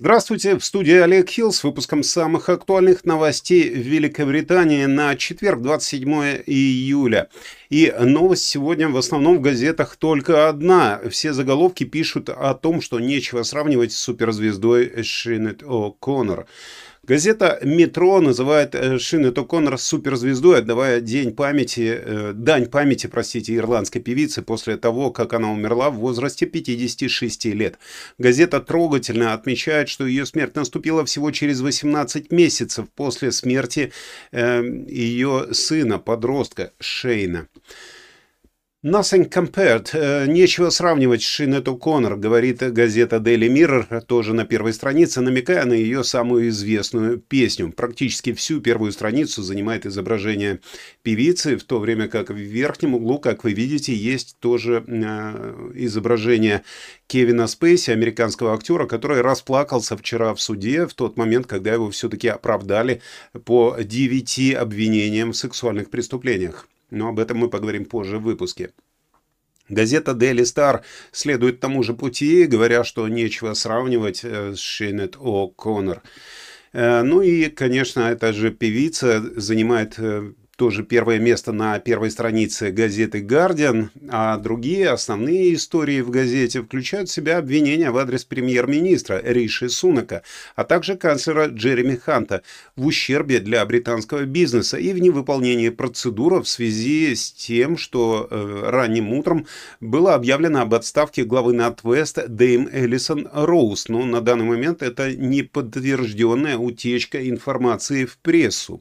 Здравствуйте, в студии Олег Хилл с выпуском самых актуальных новостей в Великобритании на четверг, 27 июля. И новость сегодня в основном в газетах только одна. Все заголовки пишут о том, что нечего сравнивать с суперзвездой Шинет О'Коннор. Газета «Метро» называет Шинет О'Коннор суперзвездой, отдавая дань памяти, ирландской певицы после того, как она умерла в возрасте 56 лет. Газета трогательно отмечает, что ее смерть наступила всего через 18 месяцев после смерти ее сына, подростка Шейна. Nothing compared. Нечего сравнивать с Шинет О'Коннор, говорит газета Daily Mirror, тоже на первой странице, намекая на ее самую известную песню. Практически всю первую страницу занимает изображение певицы, в то время как в верхнем углу, как вы видите, есть тоже изображение Кевина Спейси, американского актера, который расплакался вчера в суде в тот момент, когда его все-таки оправдали по 9 обвинениям в сексуальных преступлениях. Но об этом мы поговорим позже в выпуске. Газета Daily Star следует тому же пути, говоря, что нечего сравнивать с Шинет О'Коннор. Ну и, конечно, эта же певица занимает тоже первое место на первой странице газеты Guardian, а другие основные истории в газете включают в себя обвинения в адрес премьер-министра Риши Сунака, а также канцлера Джереми Ханта в ущербе для британского бизнеса и в невыполнении процедуры в связи с тем, что ранним утром было объявлено об отставке главы NatWest Дэйм Эллисон Роуз, но на данный момент это неподтвержденная утечка информации в прессу.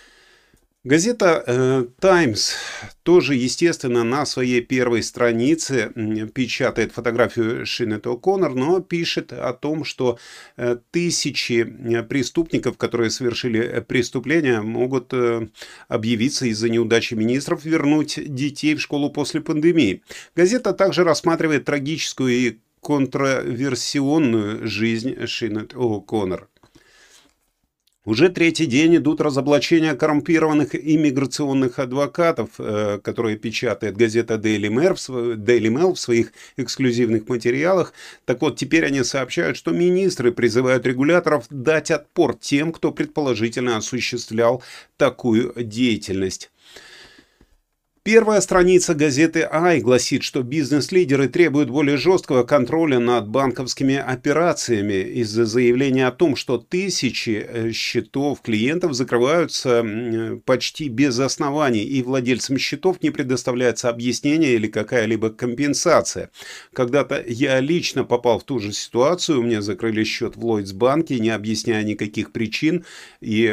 Газета «Таймс» тоже, естественно, на своей первой странице печатает фотографию Шинет О'Коннор, но пишет о том, что тысячи преступников, которые совершили преступления, могут объявиться из-за неудачи министров вернуть детей в школу после пандемии. Газета также рассматривает трагическую и контроверсионную жизнь Шинет О'Коннор. Уже третий день идут разоблачения коррумпированных иммиграционных адвокатов, которые печатает газета Daily Mail в своих эксклюзивных материалах. Так вот, теперь они сообщают, что министры призывают регуляторов дать отпор тем, кто предположительно осуществлял такую деятельность. Первая страница газеты «Ай» гласит, что бизнес-лидеры требуют более жесткого контроля над банковскими операциями из-за заявления о том, что тысячи счетов клиентов закрываются почти без оснований, и владельцам счетов не предоставляется объяснение или какая-либо компенсация. Когда-то я лично попал в ту же ситуацию, у меня закрыли счет в Lloyds банке, не объясняя никаких причин, и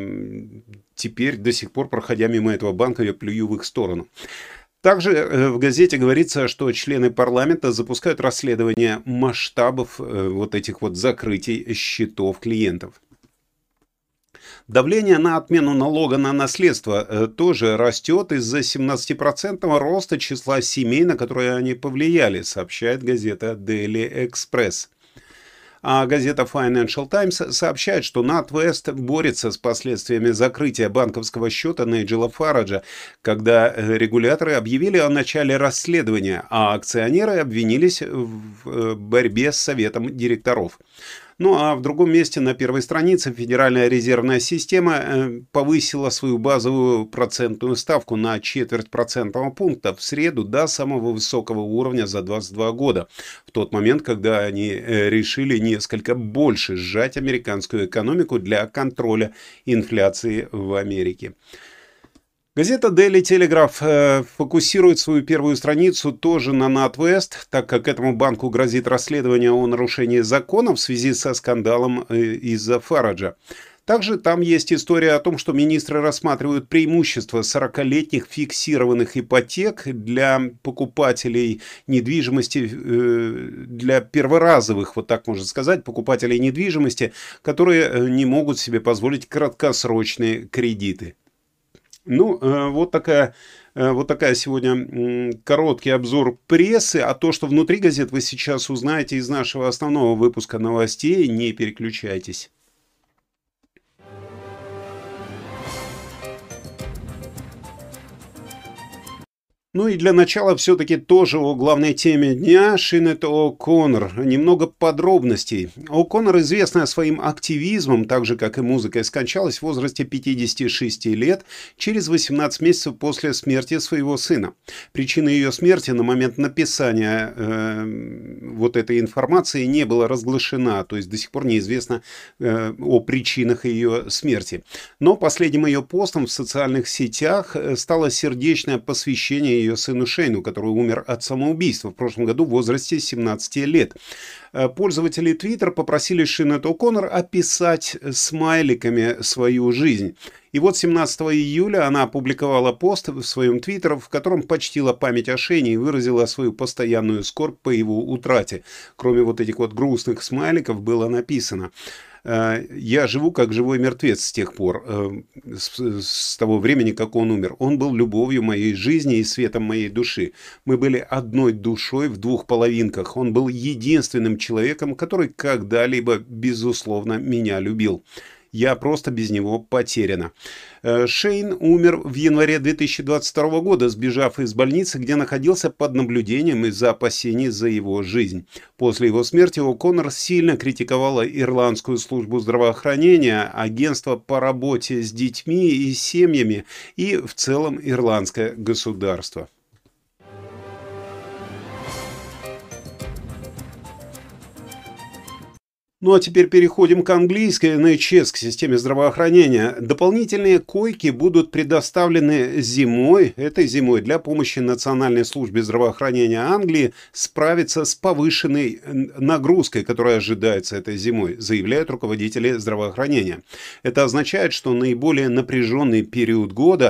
теперь до сих пор, проходя мимо этого банка, я плюю в их сторону. Также в газете говорится, что члены парламента запускают расследование масштабов вот этих вот закрытий счетов клиентов. Давление на отмену налога на наследство тоже растет из-за 17% роста числа семей, на которые они повлияли, сообщает газета Daily Express. А газета Financial Times сообщает, что NatWest борется с последствиями закрытия банковского счета Найджела Фараджа, когда регуляторы объявили о начале расследования, а акционеры обвинились в борьбе с советом директоров. Ну а в другом месте на первой странице Федеральная резервная система повысила свою базовую процентную ставку на 0,25 пункта в среду до самого высокого уровня за 22 года, в тот момент, когда они решили несколько больше сжать американскую экономику для контроля инфляции в Америке. Газета Daily Telegraph фокусирует свою первую страницу тоже на NatWest, так как этому банку грозит расследование о нарушении закона в связи со скандалом из-за Фараджа. Также там есть история о том, что министры рассматривают преимущества 40-летних фиксированных ипотек для покупателей недвижимости, для перворазовых, вот так можно сказать, покупателей недвижимости, которые не могут себе позволить краткосрочные кредиты. Ну, вот такая сегодня короткий обзор прессы, а то, что внутри газет, вы сейчас узнаете из нашего основного выпуска новостей. Не переключайтесь. Ну и для начала все-таки тоже о главной теме дня — Синет О'Коннор. Немного подробностей. О'Коннор, известная своим активизмом, так же как и музыкой, скончалась в возрасте 56 лет через 18 месяцев после смерти своего сына. Причина ее смерти на момент написания вот этой информации не была разглашена, то есть до сих пор неизвестно о причинах ее смерти. Но последним ее постом в социальных сетях стало сердечное посвящение ее сыну Шейну, который умер от самоубийства в прошлом году в возрасте 17 лет. Пользователи Twitter попросили Синет О'Коннор описать смайликами свою жизнь. И вот 17 июля она опубликовала пост в своем Твиттер, в котором почтила память о Шейне и выразила свою постоянную скорбь по его утрате. Кроме вот этих вот грустных смайликов было написано: «Я живу как живой мертвец с тех пор, с того времени, как он умер. Он был любовью моей жизни и светом моей души. Мы были одной душой в двух половинках. Он был единственным человеком, который когда-либо, безусловно, меня любил. Я просто без него потеряна». Шейн умер в январе 2022 года, сбежав из больницы, где находился под наблюдением из-за опасений за его жизнь. После его смерти О'Коннор сильно критиковала Ирландскую службу здравоохранения, агентство по работе с детьми и семьями и в целом ирландское государство. Ну а теперь переходим к английской NHS, к системе здравоохранения. Дополнительные койки будут предоставлены этой зимой, для помощи Национальной службе здравоохранения Англии справиться с повышенной нагрузкой, которая ожидается этой зимой, заявляют руководители здравоохранения. Это означает, что наиболее напряженный период года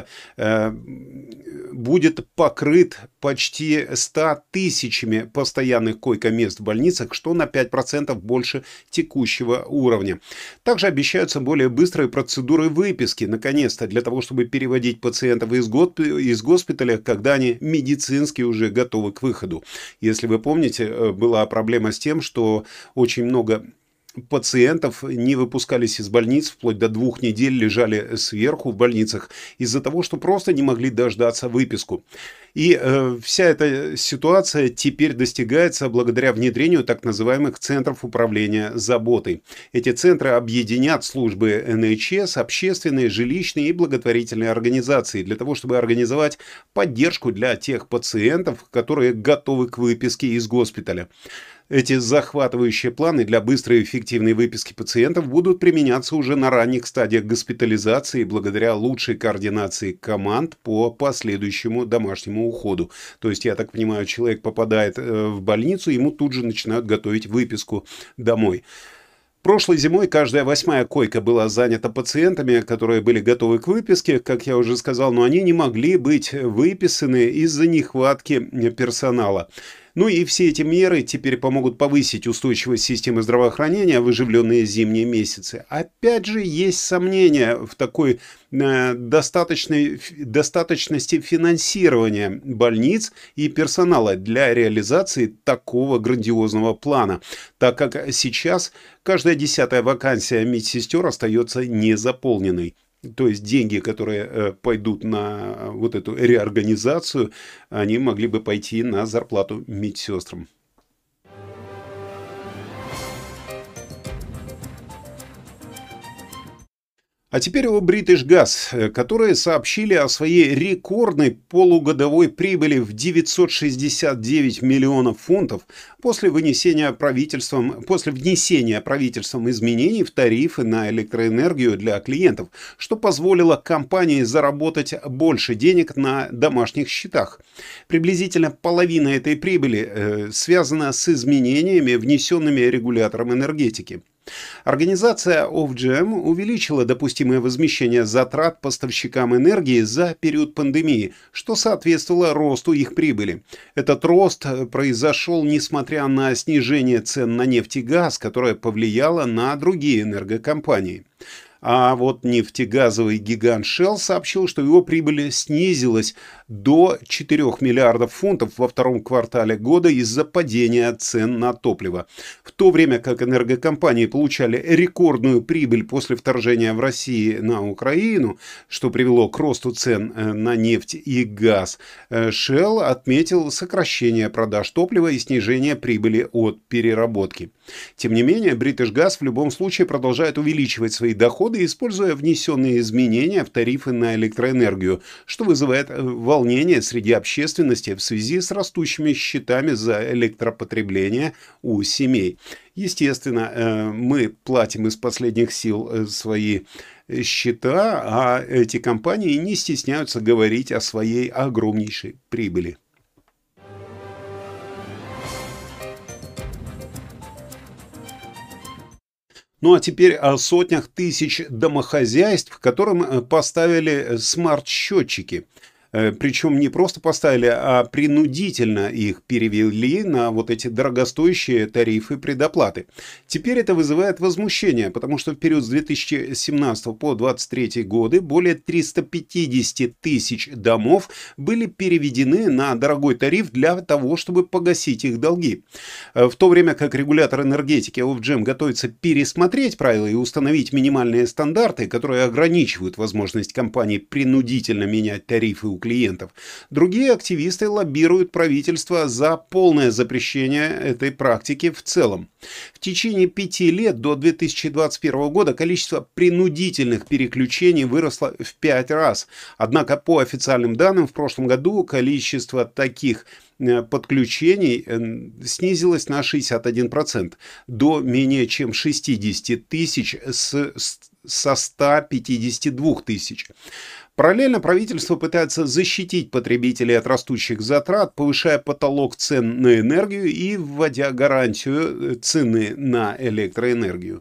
будет покрыт почти 100 тысячами постоянных койко-мест в больницах, что на 5% больше текущего уровня. Также обещаются более быстрые процедуры выписки, наконец-то, для того, чтобы переводить пациентов из госпиталя, когда они медицински уже готовы к выходу. Если вы помните, была проблема с тем, что очень много пациентов не выпускались из больниц, вплоть до 2 недель лежали сверху в больницах из-за того, что просто не могли дождаться выписку. И вся эта ситуация теперь достигается благодаря внедрению так называемых центров управления заботой. Эти центры объединят службы NHS, общественные, жилищные и благотворительные организации для того, чтобы организовать поддержку для тех пациентов, которые готовы к выписке из госпиталя. Эти захватывающие планы для быстрой и эффективной выписки пациентов будут применяться уже на ранних стадиях госпитализации благодаря лучшей координации команд по последующему домашнему уходу. То есть, я так понимаю, человек попадает в больницу, ему тут же начинают готовить выписку домой. Прошлой зимой каждая 8-я койка была занята пациентами, которые были готовы к выписке, как я уже сказал, но они не могли быть выписаны из-за нехватки персонала. Ну и все эти меры теперь помогут повысить устойчивость системы здравоохранения в оживленные зимние месяцы. Опять же, есть сомнения в такой достаточности финансирования больниц и персонала для реализации такого грандиозного плана, так как сейчас каждая 10-я вакансия медсестер остается незаполненной. То есть деньги, которые пойдут на вот эту реорганизацию, они могли бы пойти на зарплату медсестрам. А теперь о British Gas, которые сообщили о своей рекордной полугодовой прибыли в 969 миллионов фунтов после внесения правительством изменений в тарифы на электроэнергию для клиентов, что позволило компании заработать больше денег на домашних счетах. Приблизительно половина этой прибыли связана с изменениями, внесенными регулятором энергетики. Организация Ofgem увеличила допустимое возмещение затрат поставщикам энергии за период пандемии, что соответствовало росту их прибыли. Этот рост произошел несмотря на снижение цен на нефть и газ, которое повлияло на другие энергокомпании. А вот нефтегазовый гигант Shell сообщил, что его прибыль снизилась до 4 миллиардов фунтов во втором квартале года из-за падения цен на топливо. В то время как энергокомпании получали рекордную прибыль после вторжения в России на Украину, что привело к росту цен на нефть и газ, Shell отметил сокращение продаж топлива и снижение прибыли от переработки. Тем не менее, British Gas в любом случае продолжает увеличивать свои доходы, используя внесенные изменения в тарифы на электроэнергию, что вызывает волнение среди общественности в связи с растущими счетами за электропотребление у семей. Естественно, мы платим из последних сил свои счета, а эти компании не стесняются говорить о своей огромнейшей прибыли. Ну а теперь о сотнях тысяч домохозяйств, которым поставили смарт-счетчики. Причем не просто поставили, а принудительно их перевели на вот эти дорогостоящие тарифы предоплаты. Теперь это вызывает возмущение, потому что в период с 2017 по 2023 годы более 350 тысяч домов были переведены на дорогой тариф для того, чтобы погасить их долги. В то время как регулятор энергетики Ofgem готовится пересмотреть правила и установить минимальные стандарты, которые ограничивают возможность компаний принудительно менять тарифы у клиентов, другие активисты лоббируют правительство за полное запрещение этой практики в целом. В течение 5 лет до 2021 года количество принудительных переключений выросло в 5 раз. Однако по официальным данным в прошлом году количество таких подключений снизилось на 61% до менее чем 60 тысяч со 152 тысяч. Параллельно правительство пытается защитить потребителей от растущих затрат, повышая потолок цен на энергию и вводя гарантию цены на электроэнергию.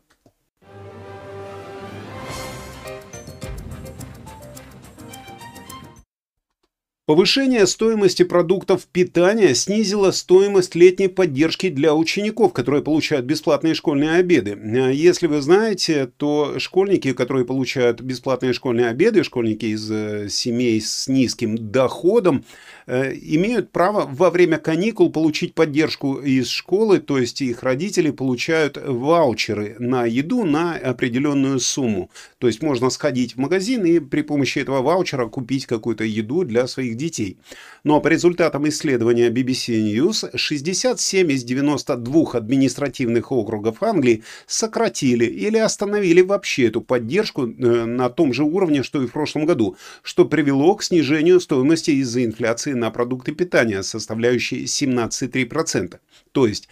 Повышение стоимости продуктов питания снизило стоимость летней поддержки для учеников, которые получают бесплатные школьные обеды. Если вы знаете, то школьники, которые получают бесплатные школьные обеды, школьники из семей с низким доходом, имеют право во время каникул получить поддержку из школы, то есть их родители получают ваучеры на еду на определенную сумму. То есть можно сходить в магазин и при помощи этого ваучера купить какую-то еду для своих детей. Но по результатам исследования BBC News 67 из 92 административных округов Англии сократили или остановили вообще эту поддержку на том же уровне, что и в прошлом году, что привело к снижению стоимости из-за инфляции на продукты питания, составляющей 17,3%. То есть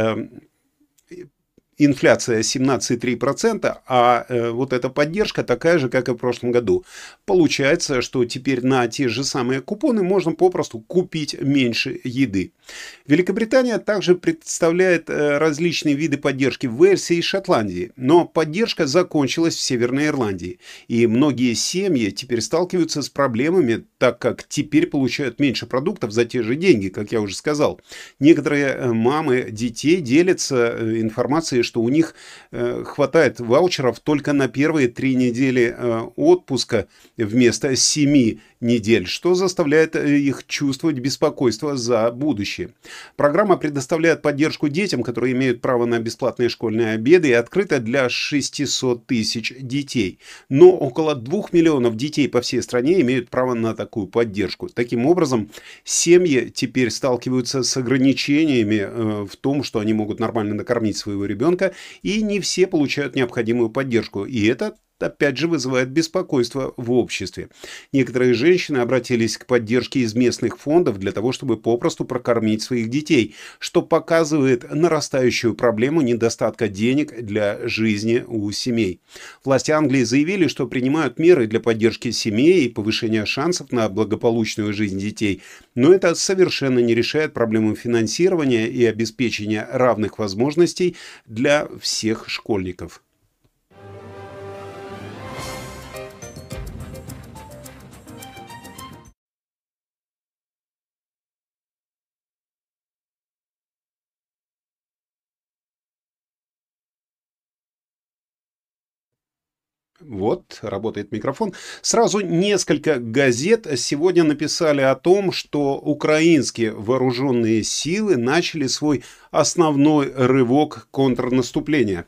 инфляция 17,3%, а вот эта поддержка такая же, как и в прошлом году. Получается, что теперь на те же самые купоны можно попросту купить меньше еды. Великобритания также представляет различные виды поддержки в Уэльсе и Шотландии, но поддержка закончилась в Северной Ирландии. И многие семьи теперь сталкиваются с проблемами, так как теперь получают меньше продуктов за те же деньги, как я уже сказал. Некоторые мамы детей делятся информацией, что у них хватает ваучеров только на первые 3 недели отпуска вместо 7 недель, что заставляет их чувствовать беспокойство за будущее. Программа предоставляет поддержку детям, которые имеют право на бесплатные школьные обеды, и открыта для 600 тысяч детей. Но около 2 миллионов детей по всей стране имеют право на такую поддержку. Таким образом, семьи теперь сталкиваются с ограничениями в том, что они могут нормально накормить своего ребенка, и не все получают необходимую поддержку. И это опять же вызывает беспокойство в обществе. Некоторые женщины обратились к поддержке из местных фондов для того, чтобы попросту прокормить своих детей, что показывает нарастающую проблему недостатка денег для жизни у семей. Власти Англии заявили, что принимают меры для поддержки семей и повышения шансов на благополучную жизнь детей, но это совершенно не решает проблему финансирования и обеспечения равных возможностей для всех школьников. Вот, работает микрофон. Сразу несколько газет сегодня написали о том, что украинские вооруженные силы начали свой основной рывок контрнаступления.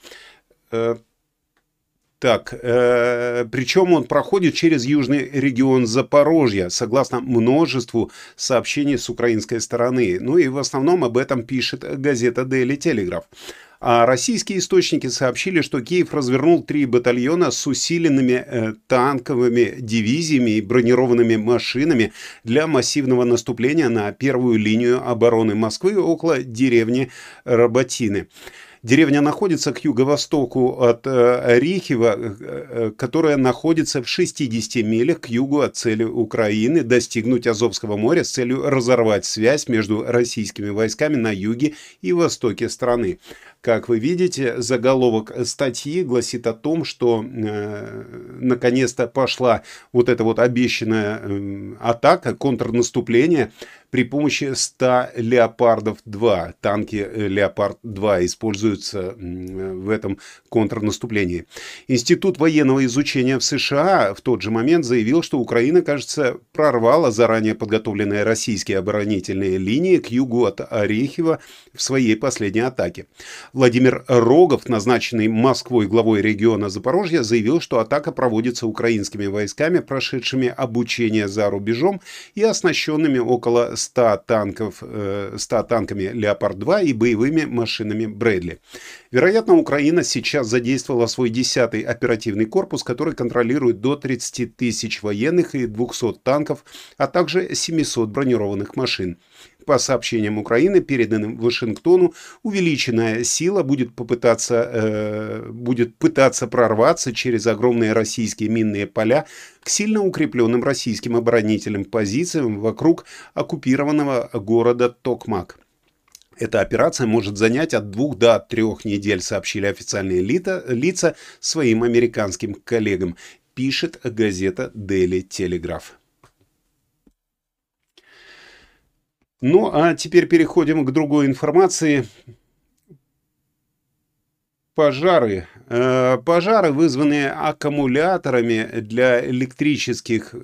Причем он проходит через южный регион Запорожья, согласно множеству сообщений с украинской стороны. Ну и в основном об этом пишет газета Daily Telegraph. А российские источники сообщили, что Киев развернул 3 батальона с усиленными танковыми дивизиями и бронированными машинами для массивного наступления на первую линию обороны Москвы около деревни Работины. Деревня находится к юго-востоку от Орехова, которая находится в 60 милях к югу от цели Украины достигнуть Азовского моря с целью разорвать связь между российскими войсками на юге и востоке страны. Как вы видите, заголовок статьи гласит о том, что наконец-то пошла вот эта вот обещанная атака, контрнаступление при помощи 100 «Леопардов-2». Танки «Леопард-2» используются в этом контрнаступлении. Институт военного изучения в США в тот же момент заявил, что Украина, кажется, прорвала заранее подготовленные российские оборонительные линии к югу от Орехова в своей последней атаке. Владимир Рогов, назначенный Москвой главой региона Запорожья, заявил, что атака проводится украинскими войсками, прошедшими обучение за рубежом и оснащенными около 100 танками «Леопард-2» и боевыми машинами «Брэдли». Вероятно, Украина сейчас задействовала свой 10-й оперативный корпус, который контролирует до 30 тысяч военных и 200 танков, а также 700 бронированных машин. По сообщениям Украины, переданным Вашингтону, увеличенная сила будет пытаться прорваться через огромные российские минные поля к сильно укрепленным российским оборонительным позициям вокруг оккупированного города Токмак. Эта операция может занять от 2 до 3 недель, сообщили официальные лица своим американским коллегам, пишет газета Daily Telegraph. Ну, а теперь переходим к другой информации. Пожары. Пожары, вызванные аккумуляторами для электрических...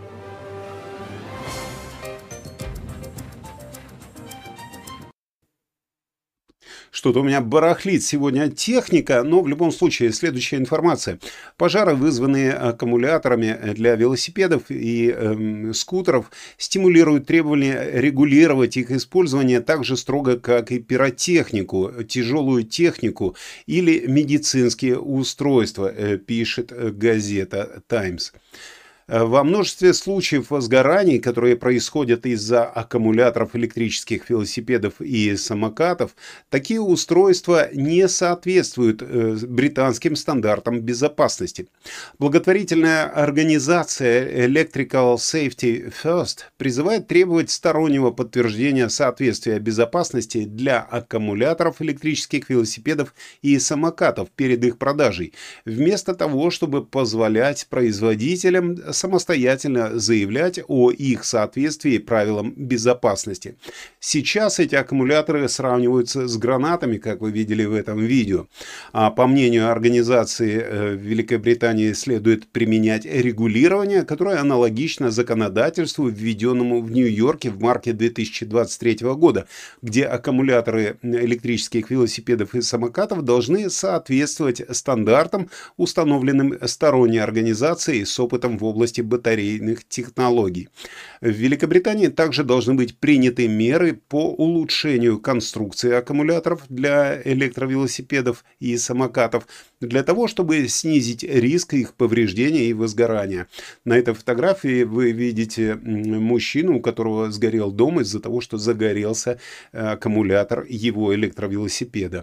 Что-то у меня барахлит сегодня техника, но в любом случае следующая информация. Пожары, вызванные аккумуляторами для велосипедов и скутеров, стимулируют требования регулировать их использование так же строго, как и пиротехнику, тяжелую технику или медицинские устройства, пишет газета «Таймс». Во множестве случаев возгораний, которые происходят из-за аккумуляторов электрических велосипедов и самокатов, такие устройства не соответствуют британским стандартам безопасности. Благотворительная организация Electrical Safety First призывает требовать стороннего подтверждения соответствия безопасности для аккумуляторов электрических велосипедов и самокатов перед их продажей, вместо того, чтобы позволять производителям самостоятельно заявлять о их соответствии правилам безопасности. Сейчас эти аккумуляторы сравниваются с гранатами, как вы видели в этом видео. А по мнению организации, в Великобритании следует применять регулирование, которое аналогично законодательству, введенному в Нью-Йорке в марте 2023 года, где аккумуляторы электрических велосипедов и самокатов должны соответствовать стандартам, установленным сторонней организацией с опытом в области батарейных технологий. В Великобритании также должны быть приняты меры по улучшению конструкции аккумуляторов для электровелосипедов и самокатов, для того, чтобы снизить риск их повреждения и возгорания. На этой фотографии вы видите мужчину, у которого сгорел дом из-за того, что загорелся аккумулятор его электровелосипеда.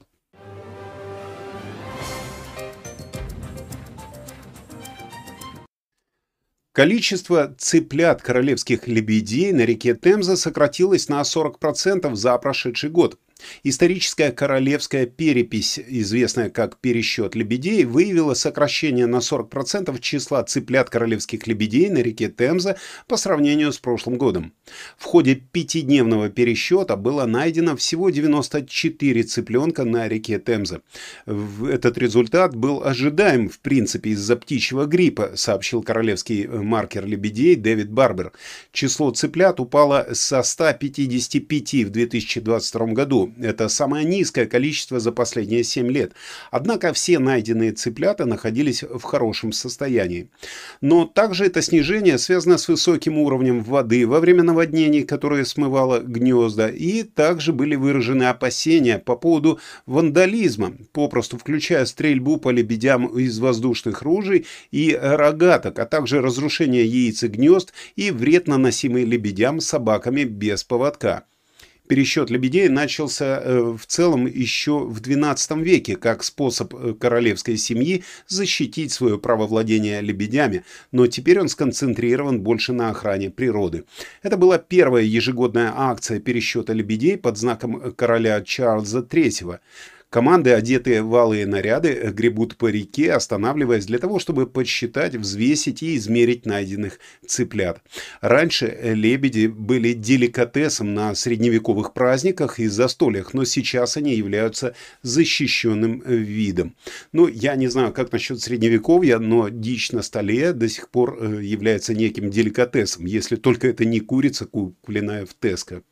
Количество цыплят королевских лебедей на реке Темза сократилось на 40% за прошедший год. Историческая королевская перепись, известная как пересчет лебедей, выявила сокращение на 40% числа цыплят королевских лебедей на реке Темза по сравнению с прошлым годом. В ходе пятидневного пересчета было найдено всего 94 цыпленка на реке Темза. Этот результат был ожидаем в принципе из-за птичьего гриппа, сообщил королевский маркер лебедей Дэвид Барбер. Число цыплят упало со 155 в 2022 году. Это самое низкое количество за последние 7 лет. Однако все найденные цыплята находились в хорошем состоянии. Но также это снижение связано с высоким уровнем воды во время наводнений, которое смывало гнезда, и также были выражены опасения по поводу вандализма, попросту включая стрельбу по лебедям из воздушных ружей и рогаток, а также разрушение яиц и гнезд и вред, наносимый лебедям собаками без поводка. Пересчет лебедей начался в целом еще в XII веке как способ королевской семьи защитить свое право владения лебедями, но теперь он сконцентрирован больше на охране природы. Это была первая ежегодная акция пересчета лебедей под знаком короля Чарльза III. Команды, одетые в алые наряды, гребут по реке, останавливаясь для того, чтобы подсчитать, взвесить и измерить найденных цыплят. Раньше лебеди были деликатесом на средневековых праздниках и застольях, но сейчас они являются защищенным видом. Ну, я не знаю, как насчет средневековья, но дичь на столе до сих пор является неким деликатесом, если только это не курица, купленная в Теско.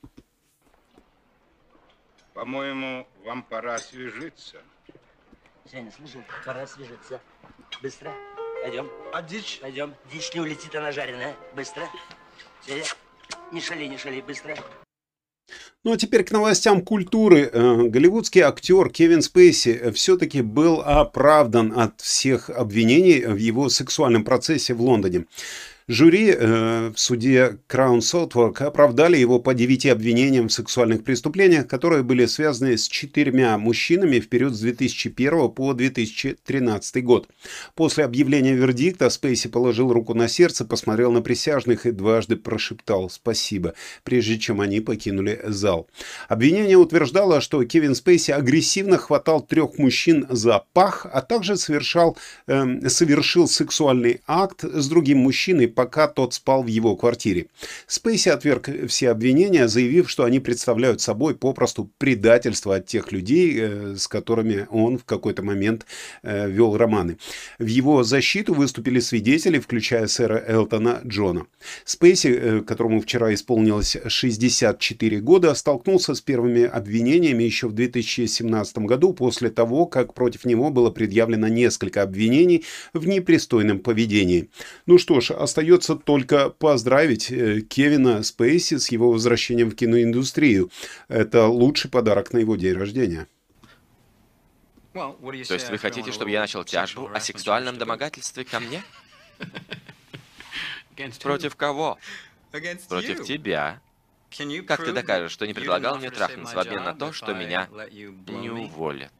По-моему, вам пора освежиться. Женя, слушай, пора освежиться. Быстро. Пойдем. А дичь? Пойдем. Дичь не улетит, она жареная. Быстро. Женя, не шали, быстро. Ну а теперь к новостям культуры. Голливудский актер Кевин Спейси все-таки был оправдан от всех обвинений в его сексуальном процессе в Лондоне. Жюри в суде Краун Саутворк оправдали его по 9 обвинениям в сексуальных преступлениях, которые были связаны с 4 мужчинами в период с 2001 по 2013 год. После объявления вердикта Спейси положил руку на сердце, посмотрел на присяжных и дважды прошептал «спасибо», прежде чем они покинули зал. Обвинение утверждало, что Кевин Спейси агрессивно хватал 3 мужчин за пах, а также совершил сексуальный акт с другим мужчиной, пока тот спал в его квартире. Спейси отверг все обвинения, заявив, что они представляют собой попросту предательство от тех людей, с которыми он в какой-то момент вел романы. В его защиту выступили свидетели, включая сэра Элтона Джона. Спейси, которому вчера исполнилось 64 года, столкнулся с первыми обвинениями еще в 2017 году, после того, как против него было предъявлено несколько обвинений в непристойном поведении. Ну что ж, остается только поздравить Кевина Спейси с его возвращением в киноиндустрию. Это лучший подарок на его день рождения. То есть вы хотите, чтобы я начал тяжбу о сексуальном домогательстве ко мне? Против кого? Против тебя. Как ты докажешь, что не предлагал мне трахнуться в обмен на то, что меня не уволят?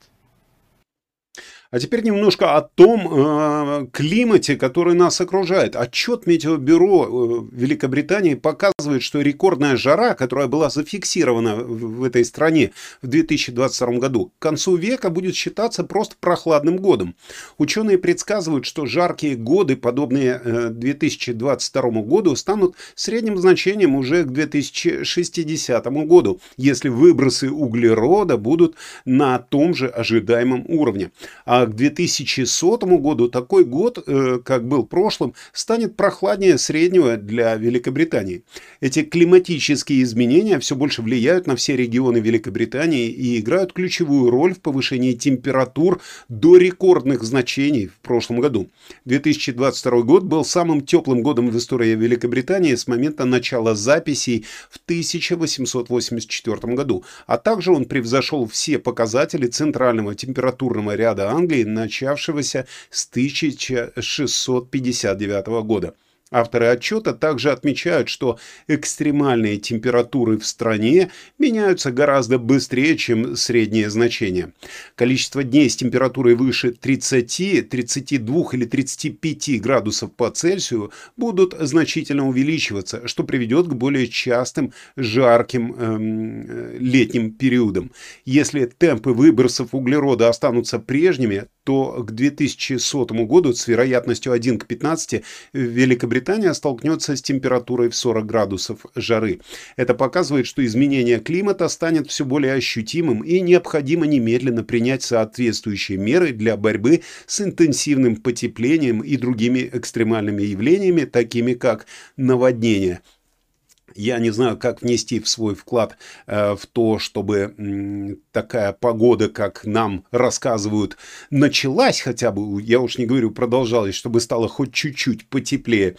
А теперь немножко о том климате, который нас окружает. Отчет Метеобюро Великобритании показывает, что рекордная жара, которая была зафиксирована в этой стране в 2022 году, к концу века будет считаться просто прохладным годом. Ученые предсказывают, что жаркие годы, подобные 2022 году, станут средним значением уже к 2060 году, если выбросы углерода будут на том же ожидаемом уровне. А к 2100 году такой год, как был прошлым, станет прохладнее среднего для Великобритании. Эти климатические изменения все больше влияют на все регионы Великобритании и играют ключевую роль в повышении температур до рекордных значений в прошлом году. 2022 год был самым теплым годом в истории Великобритании с момента начала записей в 1884 году, а также он превзошел все показатели центрального температурного ряда Англии, начавшегося с 1659 года. Авторы отчета также отмечают, что экстремальные температуры в стране меняются гораздо быстрее, чем среднее значение. Количество дней с температурой выше 30, 32 или 35 градусов по Цельсию будут значительно увеличиваться, что приведет к более частым жарким летним периодам. Если темпы выбросов углерода останутся прежними, то к 2100 году с вероятностью 1 к 15 Великобритания столкнется с температурой в 40 градусов жары. Это показывает, что изменение климата станет все более ощутимым и необходимо немедленно принять соответствующие меры для борьбы с интенсивным потеплением и другими экстремальными явлениями, такими как наводнения. Я не знаю, как внести в свой вклад в то, чтобы такая погода, как нам рассказывают, началась хотя бы, я уж не говорю продолжалась, чтобы стало хоть чуть-чуть потеплее.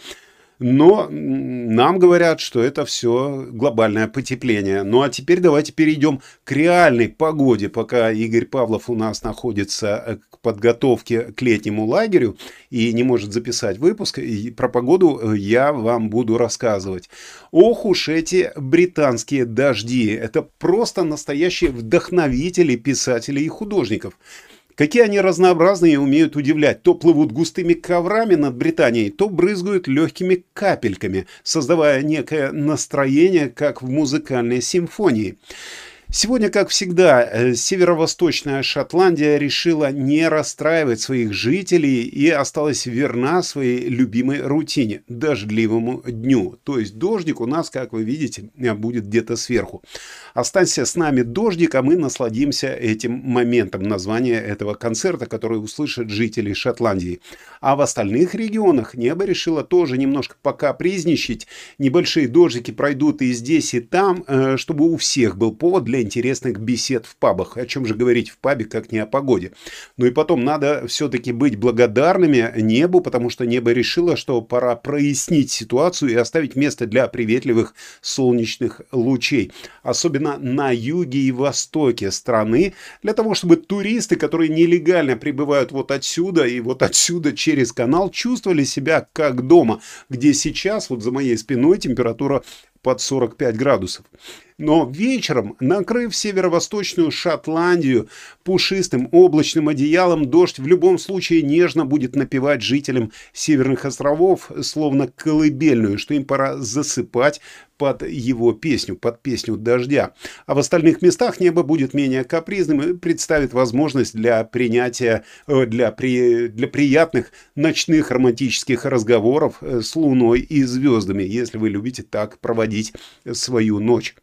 Но нам говорят, что это все глобальное потепление. Ну а теперь давайте перейдем к реальной погоде, пока Игорь Павлов у нас находится к подготовке к летнему лагерю и не может записать выпуск. И про погоду я вам буду рассказывать. Ох уж эти британские дожди. Это просто настоящие вдохновители писателей и художников. Какие они разнообразные и умеют удивлять. То плывут густыми коврами над Британией, то брызгают легкими капельками, создавая некое настроение, как в музыкальной симфонии. Сегодня, как всегда, северо-восточная Шотландия решила не расстраивать своих жителей и осталась верна своей любимой рутине – дождливому дню. То есть дождик у нас, как вы видите, будет где-то сверху. Останься с нами, дождик, а мы насладимся этим моментом, название этого концерта, который услышат жители Шотландии. А в остальных регионах небо решило тоже немножко покапризничать. Небольшие дождики пройдут и здесь, и там, чтобы у всех был повод для интересных бесед в пабах. О чем же говорить в пабе, как не о погоде. Ну и потом надо все-таки быть благодарными небу, потому что небо решило, что пора прояснить ситуацию и оставить место для приветливых солнечных лучей. Особенно на юге и востоке страны, для того, чтобы туристы, которые нелегально прибывают вот отсюда и вот отсюда через канал, чувствовали себя как дома, где сейчас вот за моей спиной температура под 45 градусов. Но вечером, накрыв северо-восточную Шотландию пушистым облачным одеялом, дождь в любом случае нежно будет напевать жителям северных островов, словно колыбельную, что им пора засыпать под его песню, под песню дождя. А в остальных местах небо будет менее капризным и представит возможность для принятия, для приятных ночных романтических разговоров с луной и звездами, если вы любите так проводить свою ночь.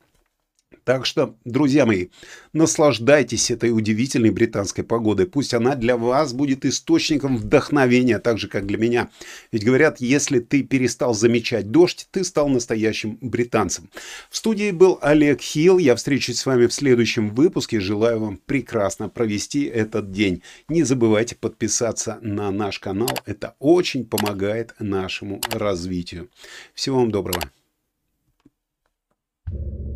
Так что, друзья мои, наслаждайтесь этой удивительной британской погодой. Пусть она для вас будет источником вдохновения, так же, как для меня. Ведь говорят, если ты перестал замечать дождь, ты стал настоящим британцем. В студии был Олег Хилл. Я встречусь с вами в следующем выпуске. Желаю вам прекрасно провести этот день. Не забывайте подписаться на наш канал. Это очень помогает нашему развитию. Всего вам доброго.